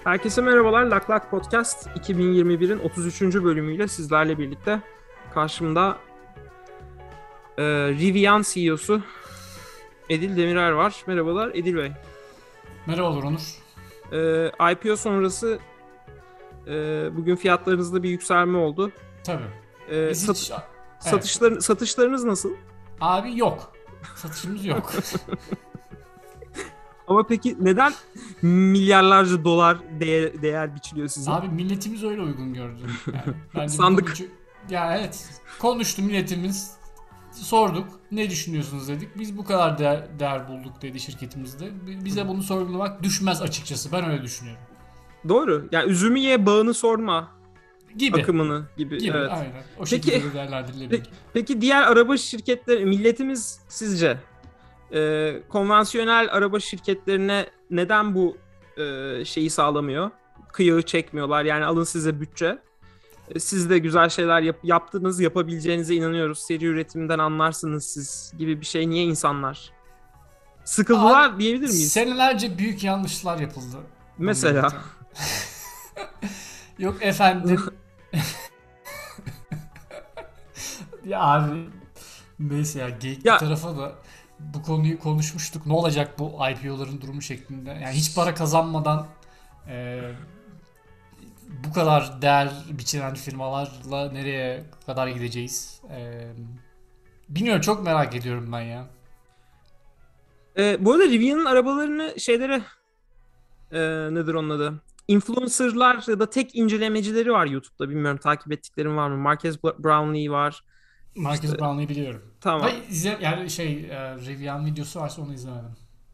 Herkese merhabalar. Lak Lak Podcast 2021'in 33. bölümüyle sizlerle birlikte. Karşımda Rivian CEO'su Edil Demirer var. Merhabalar Edil Bey. Merhabalar Onur. IPO sonrası bugün fiyatlarınızda bir yükselme oldu. Tabii. E, Biz sat- hiç... Evet. satışlarınız nasıl? Abi yok. Satışımız yok. Ama peki neden milyarlarca dolar değer biçiliyor size? Abi milletimiz öyle uygun gördü. Yani bence bu Sandık. Ya evet. Konuştu milletimiz. Sorduk. Ne düşünüyorsunuz dedik. Biz bu kadar değer bulduk dedi şirketimizde. Bize bunu sorgulamak düşmez açıkçası. Ben öyle düşünüyorum. Doğru. Yani üzümü ye bağını sorma Gibi. akımını gibi. Gibi. Evet. Aynen. O Peki şekilde de değerlendirilebilir. peki diğer araba şirketleri, milletimiz sizce konvansiyonel araba şirketlerine neden bu şeyi sağlamıyor? Kıyağı çekmiyorlar. Yani alın size bütçe. Siz de güzel şeyler yaptınız, yapabileceğinize inanıyoruz. Seri üretimden anlarsınız siz gibi bir şey. Niye insanlar? Abi Sıkıldılar diyebilir miyiz? senelerce büyük yanlışlar yapıldı bu Mesela. millete. Yok efendim. Ya abi neyse ya geyik bir Ya tarafa da bu konuyu konuşmuştuk. Ne olacak bu IPO'ların durumu şeklinde. Yani hiç para kazanmadan e, bu kadar değer biçilen firmalarla nereye kadar gideceğiz? Bilmiyorum, çok merak ediyorum ben ya. bu arada Rivian'ın arabalarını şeylere nedir onun adı? Influencer'lar ya da tek incelemecileri var YouTube'da. Bilmiyorum takip ettiklerim var mı? Marques Brownlee var. Marcus İşte Brownlee'yi biliyorum. tamam. Hayır, yani Rivian videosu varsa onu izlemedim.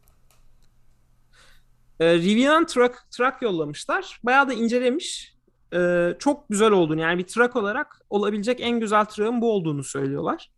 Rivian truck yollamışlar. Bayağı da incelemiş. Çok güzel olduğunu yani bir truck olarak olabilecek en güzel truck'ın bu olduğunu söylüyorlar.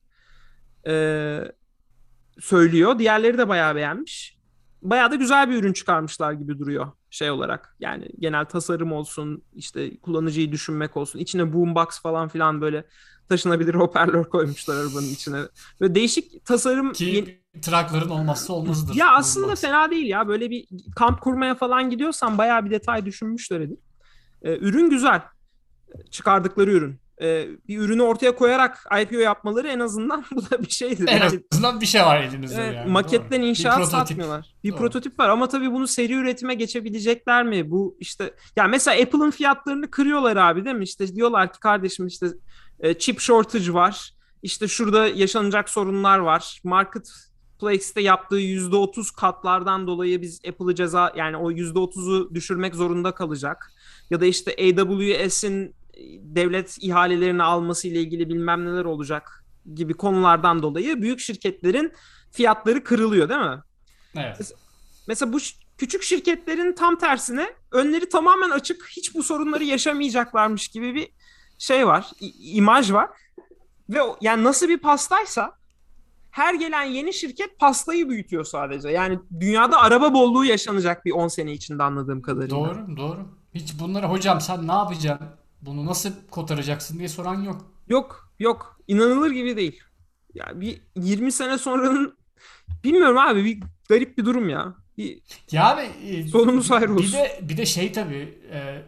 Ee, söylüyor. Diğerleri de bayağı beğenmiş. Bayağı da güzel bir ürün çıkarmışlar gibi duruyor şey olarak. Yani genel tasarım olsun, işte kullanıcıyı düşünmek olsun. İçine boombox falan filan böyle taşınabilir hoparlör koymuşlar arabanın içine. Böyle değişik tasarım. Ki trakların olmazsa Ya olmazıdır aslında Boombox. fena değil ya. Böyle bir kamp kurmaya falan gidiyorsan bayağı bir detay düşünmüşler edin. Ürün güzel. Çıkardıkları ürün. Bir ürünü ortaya koyarak IPO yapmaları en azından bu da bir şeydir. En Yani azından bir şey var elimizde yani, doğru. maketten Bir inşaat prototip. satmıyorlar. Bir Doğru. prototip var ama tabii bunu seri üretime geçebilecekler mi? Bu işte ya mesela Apple'ın fiyatlarını kırıyorlar abi değil mi? İşte diyorlar ki kardeşim işte chip shortage var. İşte şurada yaşanacak sorunlar var. Marketplace'te yaptığı %30 katlardan dolayı biz Apple'ı ceza yani o %30'u düşürmek zorunda kalacak. Ya da işte AWS'in devlet ihalelerini alması ile ilgili bilmem neler olacak gibi konulardan dolayı büyük şirketlerin fiyatları kırılıyor değil mi? Evet. Mesela bu küçük şirketlerin tam tersine önleri tamamen açık, hiç bu sorunları yaşamayacaklarmış gibi bir şey var, imaj var. Ve yani nasıl bir pastaysa her gelen yeni şirket pastayı büyütüyor sadece. Yani dünyada araba bolluğu yaşanacak bir 10 sene içinde anladığım kadarıyla. Doğru, doğru. Hiç bunlara hocam sen ne yapacaksın? Bunu nasıl kotaracaksın diye soran yok. Yok, yok. İnanılır gibi değil. Ya bir 20 sene sonranın bilmiyorum abi bir garip bir durum ya. Bir Ya abi sonumuz hayır bir olsun. de bir de şey tabii,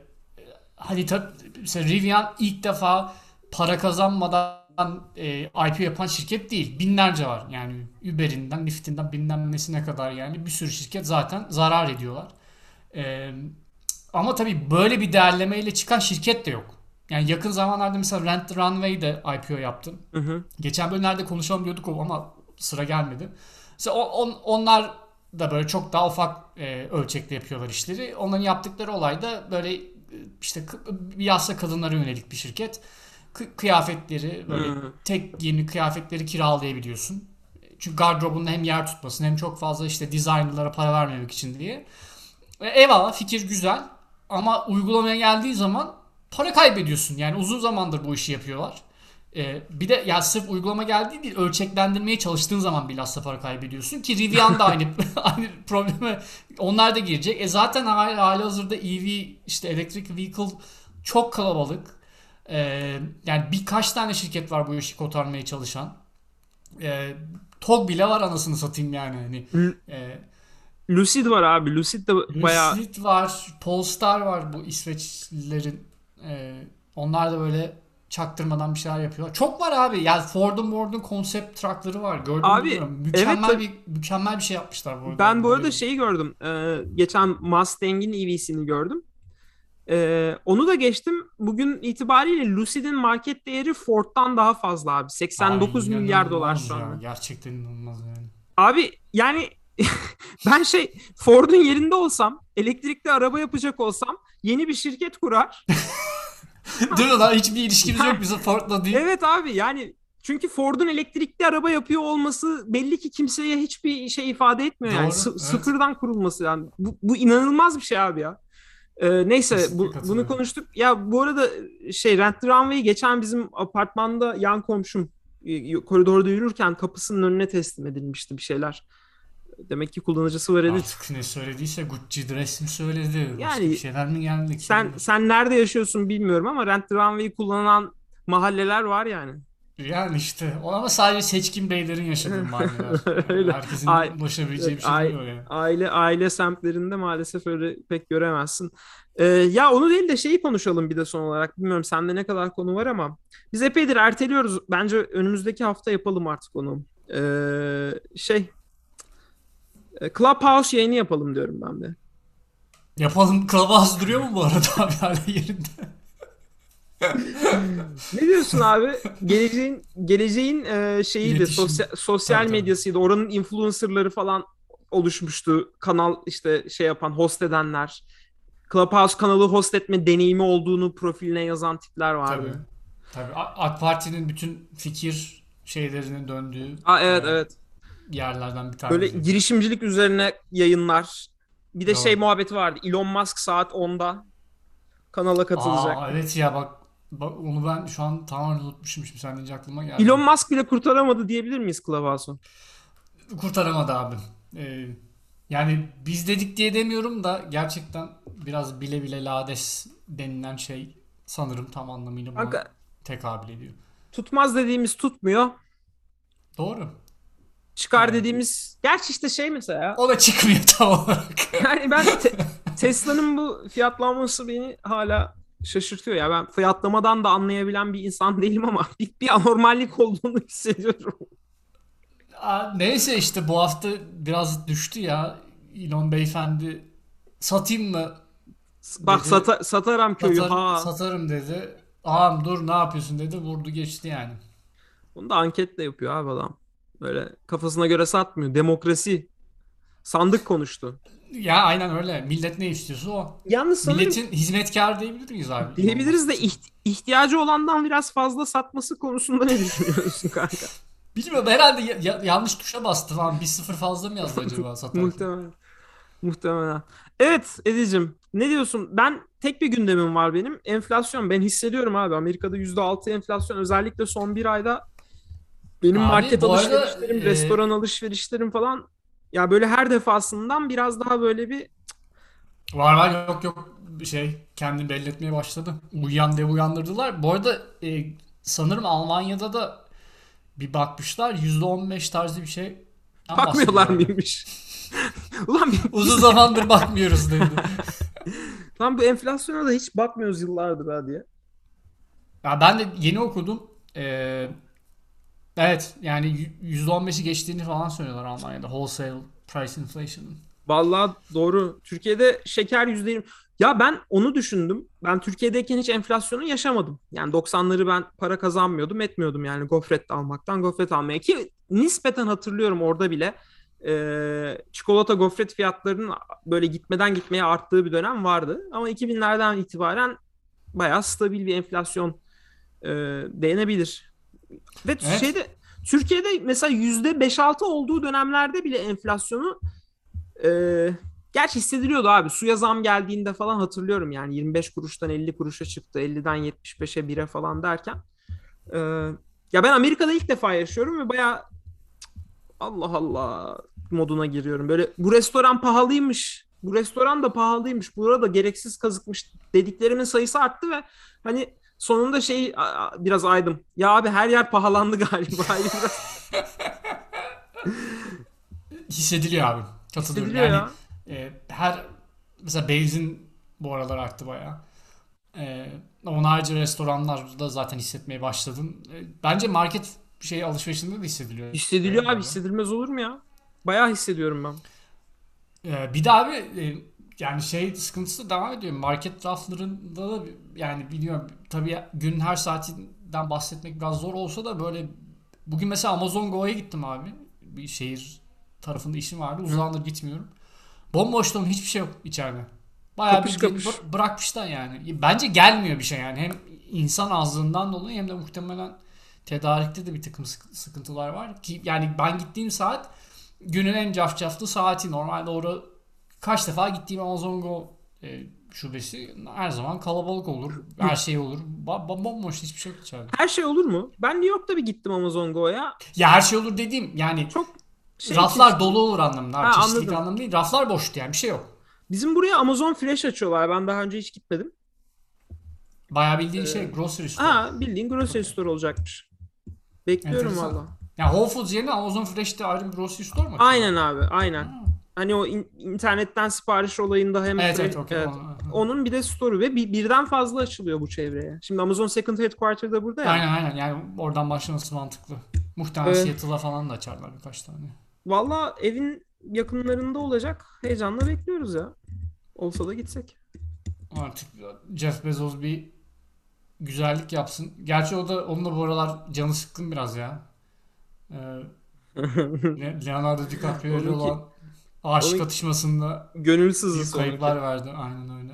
hani mesela Rivian ilk defa para kazanmadan IPO yapan şirket değil. Binlerce var. Yani Uber'inden, Lyft'inden bilmem nesine kadar yani bir sürü şirket zaten zarar ediyorlar. E, Ama tabii böyle bir değerlemeyle çıkan şirket de yok. Yani yakın zamanlarda mesela Rent the Runway de IPO yaptı. Hı hı. Geçen bölümlerde konuşalım diyorduk ama sıra gelmedi. Mesela onlar da böyle çok daha ufak ölçekte yapıyorlar işleri. Onların yaptıkları olay da böyle işte bir yasla kadınlara yönelik bir şirket. Kıyafetleri böyle Hı. tek giyimli kıyafetleri kiralayabiliyorsun. Çünkü gardırobunda hem yer tutmasın hem çok fazla işte designerlara para vermemek için diye. Eyvallah, fikir güzel ama uygulamaya geldiği zaman para kaybediyorsun. Yani uzun zamandır bu işi yapıyorlar. Bir de ya sırf uygulama geldiği değil, ölçeklendirmeye çalıştığın zaman bilhassa para kaybediyorsun ki Rivian da aynı aynı probleme onlar da girecek. Zaten hali hazırda EV, işte electric vehicle çok kalabalık. Yani birkaç tane şirket var bu işi kotarmaya çalışan. TOG bile var anasını satayım yani hani. L- E, Lucid var abi. Lucid de bayağı Lucid var, Polestar var, bu İsveçlilerin. Onlar da böyle çaktırmadan bir şeyler yapıyorlar. Çok var abi. Yani Ford'un konsept truckları var. Gördüm mü abi, bilmiyorum. evet Mükemmel bir şey yapmışlar bu arada. ben Yani bu arada bayıldım. şeyi gördüm. Geçen Mustang'in EV'sini gördüm. Onu da geçtim. Bugün itibariyle Lucid'in market değeri Ford'dan daha fazla abi. 89 Ay milyar dolar inanılmaz şu ya. anda. Gerçekten inanılmaz yani. Abi yani ben Ford'un yerinde olsam, elektrikli araba yapacak olsam yeni bir şirket kurar. Değil mi lan? Hiçbir ilişkimiz yok Yani, bizim Ford'la değil. evet abi, yani çünkü Ford'un elektrikli araba yapıyor olması belli ki kimseye hiçbir şey ifade etmiyor yani. Doğru. Evet. Sıfırdan kurulması yani. Bu inanılmaz bir şey abi ya. Neyse Kesinlikle bunu katılıyorum. konuştuk. Ya bu arada Rent the Runway'i geçen bizim apartmanda yan komşum koridorda yürürken kapısının önüne teslim edilmişti bir şeyler. Demek ki kullanıcısı var Edith. Artık ne söylediyse Gucci dress mi söyledi? Başka bir Yani şeyler mi geldi? Kim sen bilir? sen nerede yaşıyorsun bilmiyorum ama Rent the Runway'i kullanan mahalleler var yani. Yani işte o ama sadece seçkin beylerin yaşadığı mahalleler. Yani Öyle. herkesin Ai- ulaşabileceği bir şey değil o yani. aile semtlerinde maalesef öyle pek göremezsin. Ya onu değil de şeyi konuşalım bir de son olarak. Bilmiyorum sende ne kadar konu var ama biz epeydir erteliyoruz. Bence önümüzdeki hafta yapalım artık onu. Clubhouse yayını yapalım diyorum ben de. Yapalım, kılavuz duruyor mu bu arada abi hala yerinde? Ne diyorsun abi? Geleceğin şeyiydi, İletişim. sosyal Tabii tabii. medyasıydı. Oranın influencerları falan oluşmuştu. Kanal işte şey yapan, host edenler. Clubhouse kanalı host etme deneyimi olduğunu profiline yazan tipler Tabii. vardı. Tabii. AK Parti'nin bütün fikir şeylerinin döndüğü Aa, evet evet. yerlerden bir Böyle tanesiydi. girişimcilik üzerine yayınlar. Bir de şey Doğru. muhabbeti vardı. Elon Musk saat 10'da kanala Aa katılacak. evet ya bak onu ben şu an tamamen unutmuşum. Şimdi sen deyince aklıma Elon geldi. Musk bile kurtaramadı diyebilir miyiz Clubhouse'u? Kurtaramadı abi. Ee, Yani biz dedik diye demiyorum da gerçekten biraz bile bile lades denilen şey sanırım tam anlamıyla buna Kanka, tekabül ediyor. tutmaz dediğimiz tutmuyor. Doğru. Çıkar Yani dediğimiz... Gerçi işte şey mesela... o da çıkmıyor tam olarak. Yani Tesla'nın bu fiyatlanması beni hala şaşırtıyor ya. Ben fiyatlamadan da anlayabilen bir insan değilim ama bir anormallik olduğunu hissediyorum. Neyse işte bu hafta biraz düştü ya. Elon beyefendi satayım mı Bak dedi. Sataram köyü ha. Satarım dedi. Ağam dur ne yapıyorsun dedi. Vurdu geçti yani. Bunu da anketle yapıyor abi adam. Böyle kafasına göre satmıyor. Demokrasi. Sandık konuştu. Ya aynen öyle. Millet ne istiyorsa o. Yalnız sanırım Milletin hizmetkarı diyebilir miyiz abi Elon diyebiliriz Musk de için? ihtiyacı olandan biraz fazla satması konusunda ne düşünüyorsun kanka? Bilmiyorum herhalde yanlış tuşa bastı falan. Bir sıfır fazla mı yazdı acaba satarken? Muhtemelen. Muhtemelen. Evet Edicim, ne diyorsun? Ben tek bir gündemim var benim. Enflasyon. Ben hissediyorum abi. Amerika'da %6 enflasyon. Özellikle son bir ayda benim Abi market bu arada alışverişlerim, restoran alışverişlerim falan ya böyle her defasından biraz daha böyle bir var yok yok bir şey kendini belli etmeye başladı. Uyuyan diye uyandırdılar. Bu arada sanırım Almanya'da da bir bakmışlar %15 tarzı bir şeyden bakmıyorlar bahsediyorlardı. mıymış? Ulan Uzun zamandır bakmıyoruz dedi. lan bu enflasyona da hiç bakmıyoruz yıllardır ha diye. Ya ben de yeni okudum. Evet yani %15'i geçtiğini falan söylüyorlar Almanya'da. Wholesale price inflation'ın. Vallahi doğru. Türkiye'de şeker %20. Ya ben onu düşündüm. Ben Türkiye'deyken hiç enflasyonu yaşamadım. Yani 90'ları ben para kazanmıyordum, etmiyordum yani gofret almaktan gofret almaya ki nispeten hatırlıyorum orada bile çikolata gofret fiyatlarının böyle gitmeden gitmeye arttığı bir dönem vardı. Ama 2000'lerden itibaren bayağı stabil bir enflasyon e, denebilir. Ve Evet. Türkiye'de mesela %5-6 olduğu dönemlerde bile enflasyonu ee, gerçi hissediliyordu abi. Suya zam geldiğinde falan hatırlıyorum yani 25 kuruştan 50 kuruşa çıktı. 50'den 75'e 1'e falan derken. Ee, ya ben Amerika'da ilk defa yaşıyorum ve bayağı Allah Allah moduna giriyorum. Böyle bu restoran pahalıymış. Bu restoran da pahalıymış. Burada gereksiz kazıkmış dediklerimin sayısı arttı ve hani sonunda biraz aydım. Ya abi her yer pahalandı galiba. Biraz Hissediliyor abi. Katılıyorum. hissediliyor Yani ya. Her mesela benzin bu aralar arttı bayağı. Onun harici restoranlarda zaten hissetmeye başladım. Bence market alışverişinde de hissediliyor Hissediliyor abi, galiba. hissedilmez olur mu ya? Bayağı hissediyorum ben. Bir de abi yani sıkıntısı devam ediyor. Market raflarında da yani biliyorum tabii günün her saatinden bahsetmek biraz zor olsa da böyle bugün mesela Amazon Go'ya gittim abi. Bir şehir tarafında işim vardı. Uzun Hı. zamandır gitmiyorum. Bomboştum, hiçbir şey yok içeride. Bayağı Kapış bildiğin kapış. bırakmışlar yani. Bence gelmiyor bir şey yani. Hem insan azlığından dolayı hem de muhtemelen tedarikte de bir takım sıkıntılar var. Ki yani ben gittiğim saat günün en cafcaflı saati. Normalde orada kaç defa gittiğim Amazon Go şubesi her zaman kalabalık olur. Her şey olur. Bomboş, hiçbir şey yok içeride. Her şey olur mu? Ben New York'ta bir gittim Amazon Go'ya. Ya her şey olur dediğim yani Çok raflar dolu olur anlamında Ha, abi. Çeşitlilik anladım. anlamında değil. Raflar boştu yani, bir şey yok. Bizim buraya Amazon Fresh açıyorlar. Ben daha önce hiç gitmedim. Bayağı bildiğin Ee, grocery store. bildiğin grocery store olacakmış. Bekliyorum Enteresan. valla. Ya Whole Foods yerine Amazon Fresh'te ayrı bir grocery store mu açıyorlar? Aynen abi, aynen. Ha. Hani o internetten sipariş olayında hem Evet fresh, evet, okey. evet. Onun bir de store'u ve birden fazla açılıyor bu çevreye. Şimdi Amazon Second Headquarter da burada ya. Aynen aynen, yani oradan başlaması mantıklı. Muhtemelen Ee, Seattle'a falan da açarlar birkaç tane. Valla evin yakınlarında olacak. Heyecanla bekliyoruz ya. Olsa da gitsek. Artık Jeff Bezos bir güzellik yapsın. Gerçi onun da bu aralar canı sıkkın biraz ya. Ee, Leonardo DiCaprio ile Onunki, olan aşk onun atışmasında gönül büyük sızısı onunki. kayıplar verdi. Aynen öyle.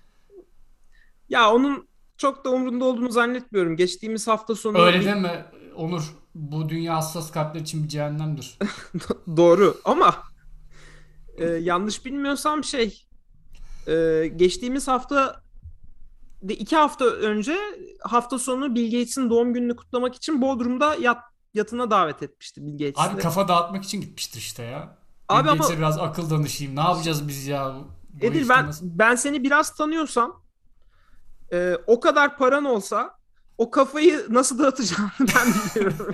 Ya onun çok da umrunda olduğunu zannetmiyorum. Geçtiğimiz hafta sonu Öyle bir deme Onur. Bu dünya hassas kalpler için bir cehennemdir. doğru ama yanlış bilmiyorsam geçtiğimiz hafta de 2 hafta önce hafta sonu Bill Gates'in doğum gününü kutlamak için Bodrum'da yatına davet etmişti Bill Abi Gates'i. kafa dağıtmak için gitmiştir işte ya. Bill Abi ama Gates'e biraz akıl danışayım. Ne yapacağız biz ya? Bu Edil, herifte ben nasıl... ben seni biraz tanıyorsam o kadar paran olsa o kafayı nasıl dağıtacağını ben biliyorum.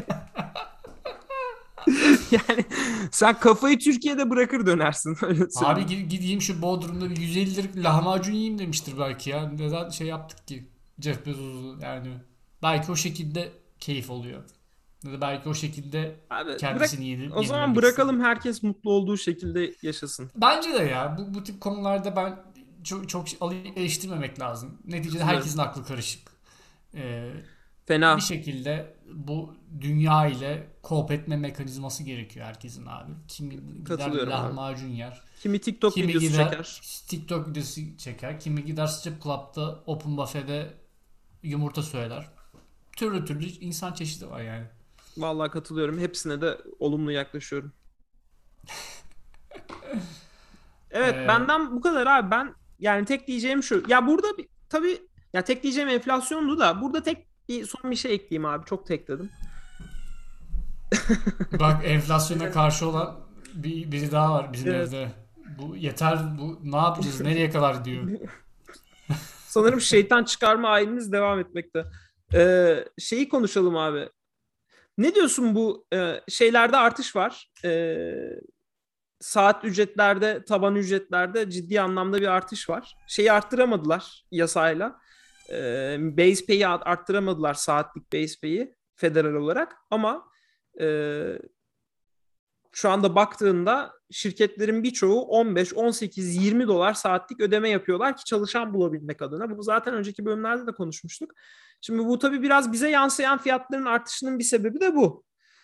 Yani sen kafayı Türkiye'de bırakır dönersin, öyle Abi söyleyeyim. gideyim şu Bodrum'da bir 150 liralık lahmacun yiyeyim demiştir belki ya. Neden yaptık ki Jeff Bezos'u yani. Belki o şekilde keyif oluyor. Ya da belki o şekilde Abi bırak, kendisini o zaman yenilemek istedi. bırakalım herkes mutlu olduğu şekilde yaşasın. Bence de ya bu tip konularda ben çok eleştirmemek lazım. Neticede Katılıyorum. herkesin aklı karışık. Ee, Bir Fena. şekilde bu dünya ile cope etme mekanizması gerekiyor herkesin abi. Kimi gider Katılıyorum abi. lahmacun yer. Kimi TikTok Kimi videosu gider çeker. TikTok videosu çeker. Kimi gider strip club'da open buffet'de yumurta söyler. Türlü türlü insan çeşidi var yani. Vallahi katılıyorum. Hepsine de olumlu yaklaşıyorum. Evet, Ee, benden bu kadar abi. Ben yani tek diyeceğim şu. Ya burada tabii, ya tek diyeceğim enflasyondu da burada son bir şey ekleyeyim abi. Çok tek dedim. Bak, enflasyona karşı olan biri daha var bizim Evet. evde. Bu yeter, bu ne yapacağız, nereye kadar diyor. Sanırım şeytan çıkarma ayinimiz devam etmekte. Şeyi konuşalım abi. Ne diyorsun, bu şeylerde artış var. Saat ücretlerde, taban ücretlerde ciddi anlamda bir artış var. Şeyi arttıramadılar yasayla. Base pay'i arttıramadılar, saatlik base pay'i federal olarak. Ama e, şu anda baktığında şirketlerin birçoğu 15, 18, 20 dolar saatlik ödeme yapıyorlar ki çalışan bulabilmek adına. Bunu zaten önceki bölümlerde de konuşmuştuk. Şimdi bu tabii biraz bize yansıyan fiyatların artışının bir sebebi de bu.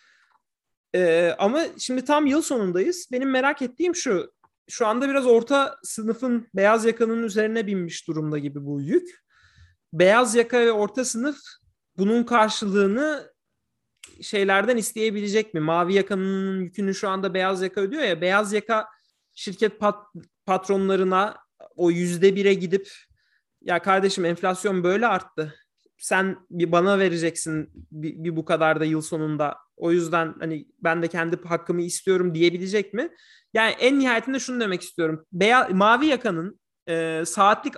Ama şimdi tam yıl sonundayız. Benim merak ettiğim şu. Şu anda biraz orta sınıfın, beyaz yakanın üzerine binmiş durumda gibi bu yük. Beyaz yaka ve orta sınıf bunun karşılığını şeylerden isteyebilecek mi? Mavi yakanın yükünü şu anda beyaz yaka ödüyor ya. Beyaz yaka şirket patronlarına o %1'e gidip, ya kardeşim enflasyon böyle arttı, sen bir bana vereceksin bir bu kadar da yıl sonunda, o yüzden hani ben de kendi hakkımı istiyorum diyebilecek mi? Yani en nihayetinde şunu demek istiyorum. Mavi yakanın saatlik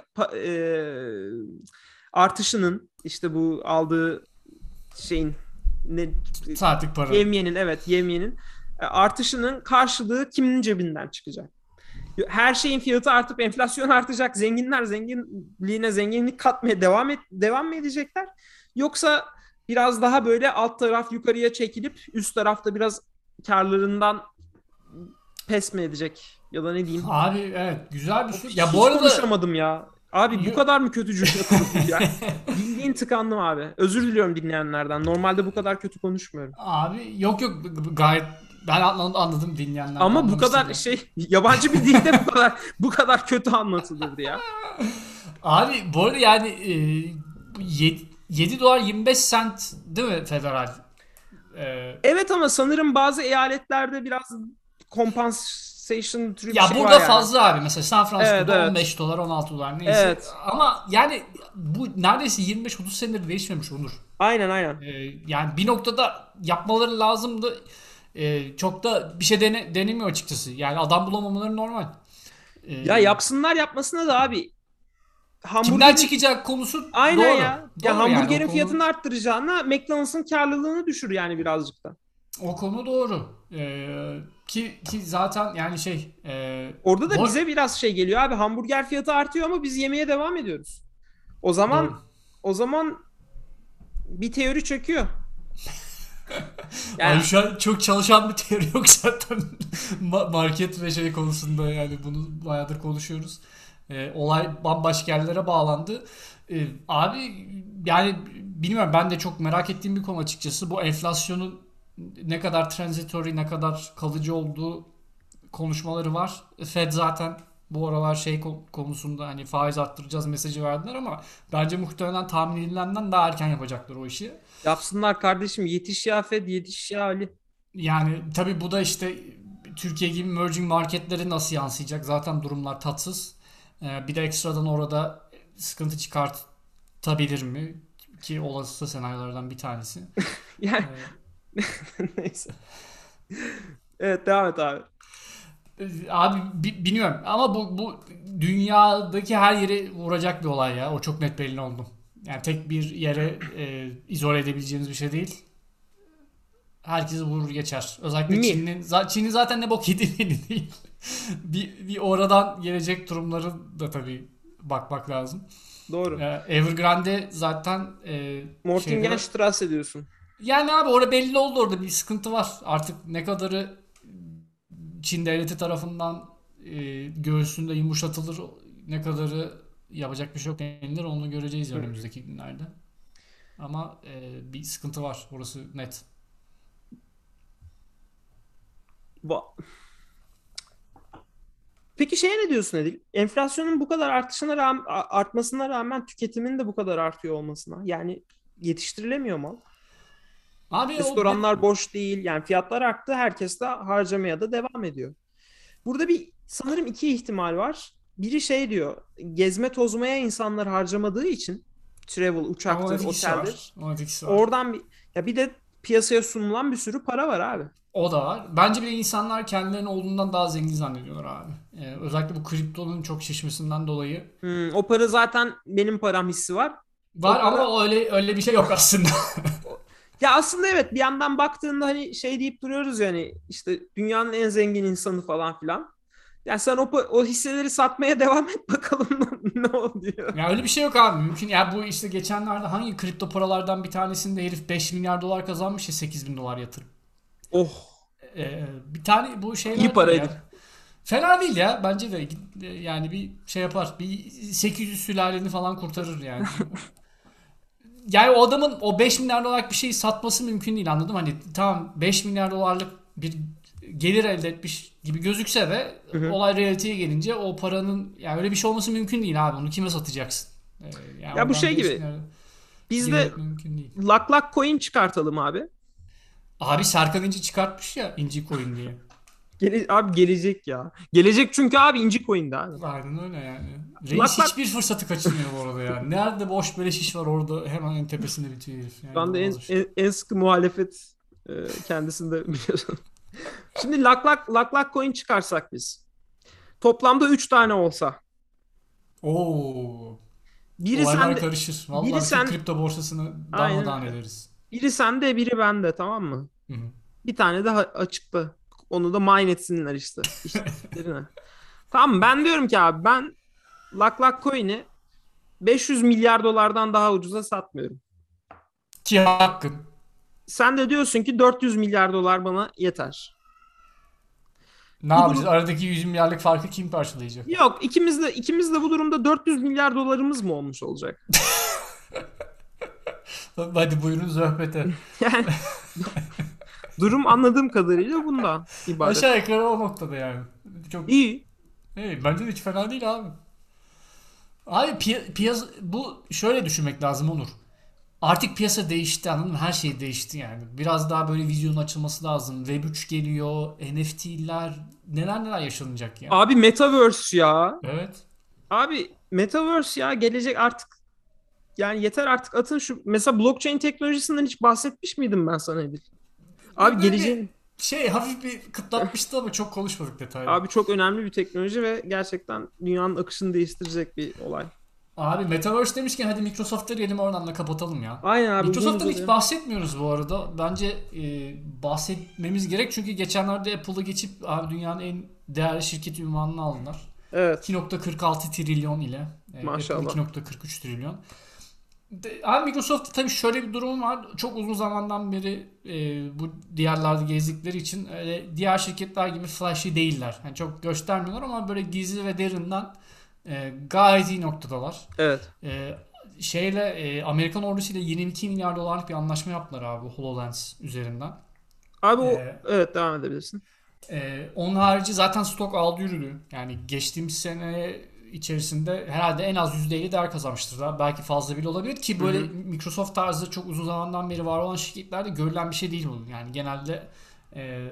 artışının, işte bu aldığı şeyin, ne, Saatlik para. yevmiyenin, evet, yevmiyenin artışının karşılığı kimin cebinden çıkacak? Her şeyin fiyatı artıp enflasyon artacak. Zenginler zenginliğine zenginlik katmaya devam mı edecekler? Yoksa biraz daha böyle alt taraf yukarıya çekilip üst tarafta biraz karlarından pes mi edecek? Ya da ne diyeyim? Abi evet, güzel bir Of, soru. Ya bu hiç arada konuşamadım ya. Abi bu kadar mı kötü cümle kurdum ya? Bildiğin tıkandım abi. Özür diliyorum dinleyenlerden. Normalde bu kadar kötü konuşmuyorum. abi yok yok, gayet ben anladım, dinleyenler de Ama bu anlamıştır kadar ya. yabancı bir dilde bu kadar kötü anlatılırdı ya. Abi bu arada yani 7 dolar 25 sent değil mi federal? E, Evet ama sanırım bazı eyaletlerde biraz compensation türü bir Ya şey var burada yani. fazla abi. Mesela San Evet, Francisco'da evet. 15 dolar 16 dolar neyse. Evet. Ama yani bu neredeyse 25-30 senedir değişmemiş Onur. Aynen, aynen. Yani bir noktada yapmaları lazımdı. Çok da bir şey denemiyor açıkçası. Yani adam bulamamaları normal. Ya Ee, yapsınlar yapmasına da abi. Kimden Hamburgerin çıkacak konusu aynen doğru. ya. Ya Doğru yani o hamburgerin konu. fiyatını arttıracağına McDonald's'ın karlılığını düşür yani birazcık da. O konu doğru. Ki zaten yani Orada da bu bize biraz şey geliyor abi. Hamburger fiyatı artıyor ama biz yemeye devam ediyoruz. O doğru. zaman o zaman bir teori çöküyor. Abi Yani şu an çok çalışan bir teori yok zaten. Market ve şey konusunda, yani bunu bayağıdır konuşuyoruz. Olay bambaşka yerlere bağlandı. Abi yani bilmiyorum, ben de çok merak ettiğim bir konu açıkçası. Bu enflasyonun ne kadar transitory, ne kadar kalıcı olduğu konuşmaları var. Fed zaten bu aralar konusunda hani faiz arttıracağız mesajı verdiler ama bence muhtemelen tahmin edilenden daha erken yapacaklar o işi. yapsınlar kardeşim. Yetiş ya Fed, yetiş ya Ali. Yani tabii bu da işte Türkiye gibi emerging marketlere nasıl yansıyacak? Zaten durumlar tatsız. Bir de ekstradan orada sıkıntı çıkartabilir mi? Ki olası senaryolardan bir tanesi. Yani Ee, neyse. Evet, devam et abi. Abi bilmiyorum ama bu dünyadaki her yere vuracak bir olay ya. O çok net belli oldu. Yani tek bir yere izole edebileceğiniz bir şey değil. Herkesi vurur geçer. Özellikle Mi? Çin'in zaten ne bok yediği belli değil. Bir oradan gelecek durumları da tabii bakmak lazım. Doğru. Evergrande zaten şeyde, Mortingenstrasse diyorsun. yani abi orada belli oldu, orada bir sıkıntı var. Artık ne kadarı Çin devleti tarafından göğsünde yumuşatılır, ne kadarı yapacak bir şey yok denilir, onu göreceğiz Hı. önümüzdeki günlerde. Ama bir sıkıntı var, orası net. Va- Peki şeye ne diyorsun Edil? Enflasyonun bu kadar artmasına rağmen tüketimin de bu kadar artıyor olmasına. Yani yetiştirilemiyor mal. Abi o Restoranlar boş değil. Yani fiyatlar arttı. Herkes de harcamaya da devam ediyor. Burada sanırım iki ihtimal var. Biri şey diyor. Gezme tozmaya insanlar harcamadığı için travel, Ama uçaktır, etkisi oteldir. var. Ama etkisi var. Oradan bir de piyasaya sunulan bir sürü para var abi. O da var. Bence bir de insanlar kendilerini olduğundan daha zengin zannediyorlar abi. Özellikle bu kriptonun çok şişmesinden dolayı. O para zaten benim param hissi var. O Var para ama öyle bir şey yok aslında. ya aslında evet, bir yandan baktığında hani şey deyip duruyoruz yani işte dünyanın en zengin insanı falan filan. Yani sen o hisseleri satmaya devam et bakalım ne oluyor. Ya öyle bir şey yok abi. Mümkün. Ya bu işte geçenlerde hangi kripto paralardan bir tanesinde herif 5 milyar dolar kazanmış ya, 8 bin dolar yatırım. Oh, Bir tane bu iyi şeyler de para Edip. ya. Fena değil ya. Bence de yani bir şey yapar. Bir 800 sülaleni falan kurtarır yani. Yani o adamın o 5 milyar dolarlık bir şeyi satması mümkün değil, anladım. Hani tamam, 5 milyar dolarlık bir gelir elde etmiş gibi gözükse de Hı hı. olay realiteye gelince o paranın, yani öyle bir şey olması mümkün değil abi. Onu kime satacaksın? Yani Ya bu oradan şey 5 gibi milyar biz gelir de etme mümkün değil. lak lak coin çıkartalım abi. Abi Serkan İnci çıkartmış ya İnci Coin diye. Abi gelecek ya. Gelecek çünkü abi inci coin'de abi. Aynen öyle yani. Lak Reis lak hiçbir fırsatı kaçırmıyor bu arada ya. Nerede boş böyle şiş var, orada hemen en tepesinde bitiyor herif. şu Yani anda inanılmaz en, bir şey. en, en sıkı muhalefet kendisinde biliyorsun. Şimdi lak lak coin çıkarsak biz. Toplamda 3 tane olsa. Oo. Biri Olaylar sende, karışır. biri Vallahi bütün sen kripto borsasını aynen darmadağın öyle. ederiz. Biri sende, biri bende, tamam mı? Hı hı. Bir tane de açıkta. Onu da mine etsinler işte. İşlerine. Tamam, ben diyorum ki abi, ben Lak Lak Coin'i 500 milyar dolardan daha ucuza satmıyorum. Ki hakkın. Sen de diyorsun ki 400 milyar dolar bana yeter. Ne Bu yapacağız? durum Aradaki 100 milyarlık farkı kim karşılayacak? yok, ikimiz de bu durumda 400 milyar dolarımız mı olmuş olacak? Hadi buyurun zöhbete. Yani durum anladığım kadarıyla bundan ibaret. Aşağı yukarı o noktada yani. Çok İyi. bence de hiç fena değil abi. Abi piyasa bu şöyle düşünmek lazım Onur. Artık piyasa değişti anladın mı? Her şey değişti yani. Biraz daha böyle vizyonun açılması lazım. Web3 geliyor, NFT'ler neler neler yaşanacak ya. Abi Metaverse ya. Evet. Abi Metaverse ya, gelecek artık. Yani yeter artık, atın şu. Mesela blockchain teknolojisinden hiç bahsetmiş miydim ben sana Edil? Abi Böyle bir geleceğin, hafif bir kıtlatmıştı ama çok konuşmadık detaylı. abi çok önemli bir teknoloji ve gerçekten dünyanın akışını değiştirecek bir olay. Abi Metaverse demişken hadi Microsoft'ta diyelim oradan da kapatalım ya. Aynen abi, uzun Microsoft'tan hiç uzadı. bahsetmiyoruz bu arada. Bence bahsetmemiz gerek çünkü geçenlerde Apple'ı geçip abi dünyanın en değerli şirketi ünvanını aldılar. Evet, 2.46 trilyon ile Apple maşallah. 2.43 trilyon. Abi Microsoft'ta tabii şöyle bir durum var. Çok uzun zamandan beri bu diğerlerde gezdikleri için öyle diğer şirketler gibi flashy değiller. Yani çok göstermiyorlar ama böyle gizli ve derinden gayet iyi noktadalar. Evet. E, Amerikan ordusuyla 22 milyar dolarlık bir anlaşma yaptılar abi HoloLens üzerinden. Abi o, E, evet, devam edebilirsin. Onun harici zaten stok aldı yürüdü. Yani geçtiğimiz sene içerisinde herhalde en az %50 değer kazanmıştır da. Belki fazla bile olabilir ki Hı böyle hı. Microsoft tarzı çok uzun zamandan beri var olan şirketlerde görülen bir şey değil bu. Yani genelde e,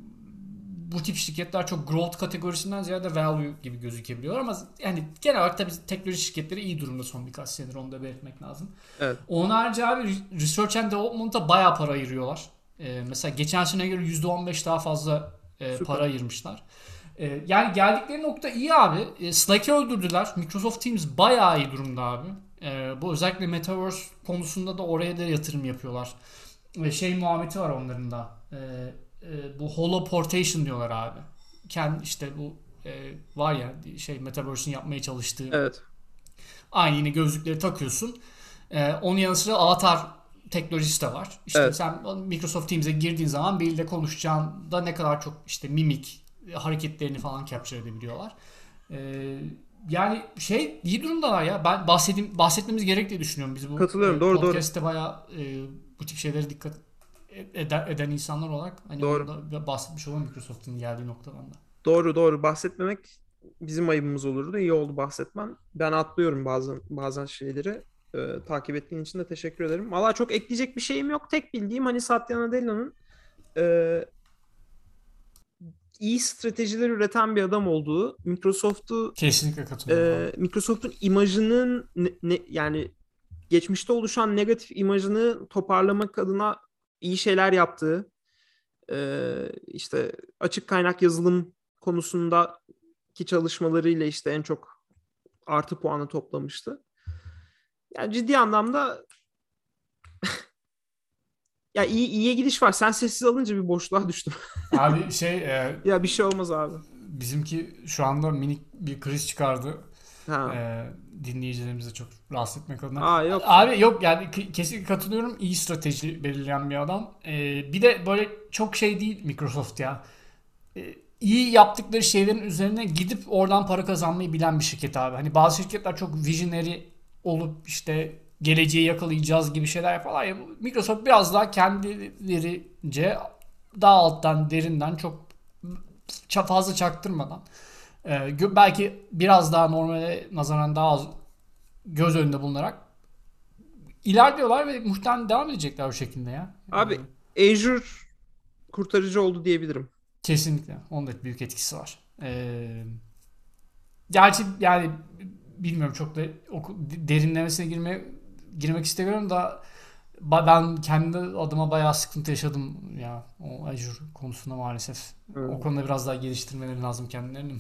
bu tip şirketler çok growth kategorisinden ziyade value gibi gözükebiliyor ama yani genel olarak tabii teknoloji şirketleri iyi durumda son birkaç senedir, onu da belirtmek lazım. Evet. Onun harici abi Research and Development'a bayağı para ayırıyorlar. Mesela geçen seneye göre %15 daha fazla para Süper. ayırmışlar. Yani geldikleri nokta iyi abi. Slack'i öldürdüler. Microsoft Teams bayağı iyi durumda abi. Bu özellikle Metaverse konusunda da oraya da yatırım yapıyorlar. Şey muhabbeti var onların da. Bu holoportation diyorlar abi. Kendi işte bu var ya şey Metaverse'ün yapmaya çalıştığı Evet. aynı yine gözlükleri takıyorsun. Onun yanı sıra avatar teknolojisi de var. İşte Evet. sen Microsoft Teams'e girdiğin zaman biriyle konuşacağında ne kadar çok işte mimik hareketlerini falan capture edebiliyorlar. Ee, Yani iyi durumdalar ya. Ben bahsetmemiz gerek diye düşünüyorum. Biz bu Katılıyorum. Doğru, doğru. podcast'te bayağı bu tip şeylere dikkat eden insanlar olarak hani onu Doğru. da bahsetmiş olalım Microsoft'un geldiği noktadan da. Doğru, doğru. Bahsetmemek bizim ayıbımız olurdu. İyi oldu bahsetmen. Ben atlıyorum bazen şeyleri. Takip ettiğin için de teşekkür ederim. Valla çok ekleyecek bir şeyim yok. Tek bildiğim hani Satya Nadella'nın e, iyi stratejiler üreten bir adam olduğu, Kesinlikle katılıyorum abi. Microsoft'un imajının yani geçmişte oluşan negatif imajını toparlamak adına iyi şeyler yaptığı, işte açık kaynak yazılım konusundaki çalışmalarıyla işte en çok artı puanı toplamıştı. Yani ciddi anlamda ya iyiye gidiş var. Sen sessiz alınca bir boşluğa düştüm. Abi Ya bir şey olmaz abi. bizimki şu anda minik bir kriz çıkardı. Ha. Ee, Dinleyicilerimize çok rahatsız etmek adına. Aa, yok. Abi yok yani kesinlikle katılıyorum. İyi strateji belirleyen bir adam. Bir de böyle çok şey değil Microsoft ya. İyi yaptıkları şeylerin üzerine gidip oradan para kazanmayı bilen bir şirket abi. Hani bazı şirketler çok visionary olup işte geleceği yakalayacağız gibi şeyler yaparlar ya. Microsoft biraz daha kendilerince daha alttan derinden çok fazla çaktırmadan belki biraz daha normale nazaran daha az göz önünde bulunarak ilerliyorlar ve muhtemelen devam edecekler o şekilde ya. Abi Azure kurtarıcı oldu diyebilirim. Kesinlikle. Onun da büyük etkisi var. Gerçi yani bilmiyorum çok da derinlemesine girmek istemiyorum da ben kendi adıma bayağı sıkıntı yaşadım ya o Azure konusunda maalesef. O Hmm. konuda biraz daha geliştirmeleri lazım kendilerini.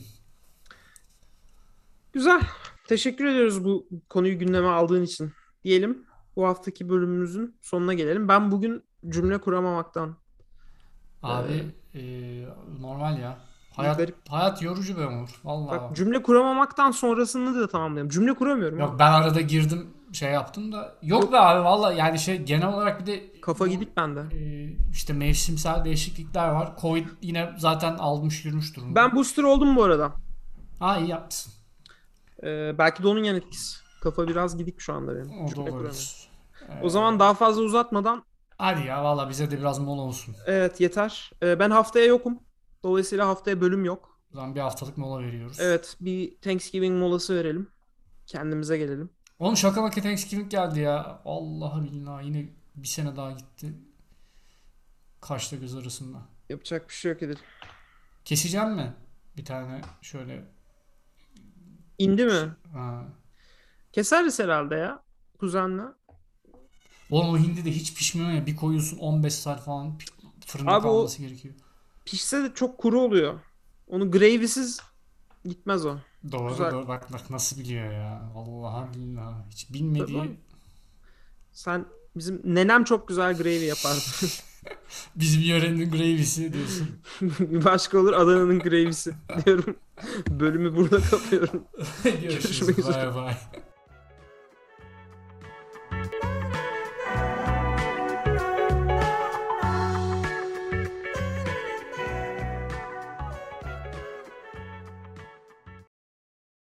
Güzel. Teşekkür ediyoruz bu konuyu gündeme aldığın için. Diyelim bu haftaki bölümümüzün sonuna gelelim. Ben bugün cümle kuramamaktan Abi normal ya. Bir garip. Hayat yorucu be Umur. Vallahi Bak bak. cümle kuramamaktan sonrasını da tamamlayayım. Cümle kuramıyorum Yok abi. ben arada girdim şey yaptım da. Yok Yok, be abi valla yani şey genel olarak bir de kafa bu gidik bende. işte mevsimsel değişiklikler var. Covid yine zaten almış yürümüş durumda. Ben booster oldum bu arada. Ha iyi yapmışsın. Belki de onun yan etkisi. Kafa biraz gidik şu anda benim. O da Cümle kuramıyorum. olabilir. O zaman daha fazla uzatmadan Hadi ya valla bize de biraz mola olsun. evet yeter. Ben haftaya yokum. Dolayısıyla haftaya bölüm yok. O zaman bir haftalık mola veriyoruz. Evet, bir Thanksgiving molası verelim. Kendimize gelelim. Oğlum şaka maka Thanksgiving geldi ya. Allah'a billahi yine bir sene daha gitti. Kaşla göz arasında. Yapacak bir şey yok Edil. Keseceğim mi? Bir tane şöyle. İndi mi? Ha. Keseriz herhalde ya. Kuzenle. Oğlum o hindi de hiç pişmiyor ya. Bir koyuyorsun 15 saat falan fırında Abi o kalması gerekiyor. pişse de çok kuru oluyor. Onu gravy'siz gitmez o. Doğru Güzel. doğru bak nasıl biliyor ya. Vallahi billahi. Hiç Tabii bilmediği oğlum. Sen bizim nenem çok güzel gravy yapardı. bizim yörenin gravy'si diyorsun. Başka olur Adana'nın gravy'si diyorum. Bölümü burada kapıyorum. Görüşürüz. Görüşmek üzere. Bay bay.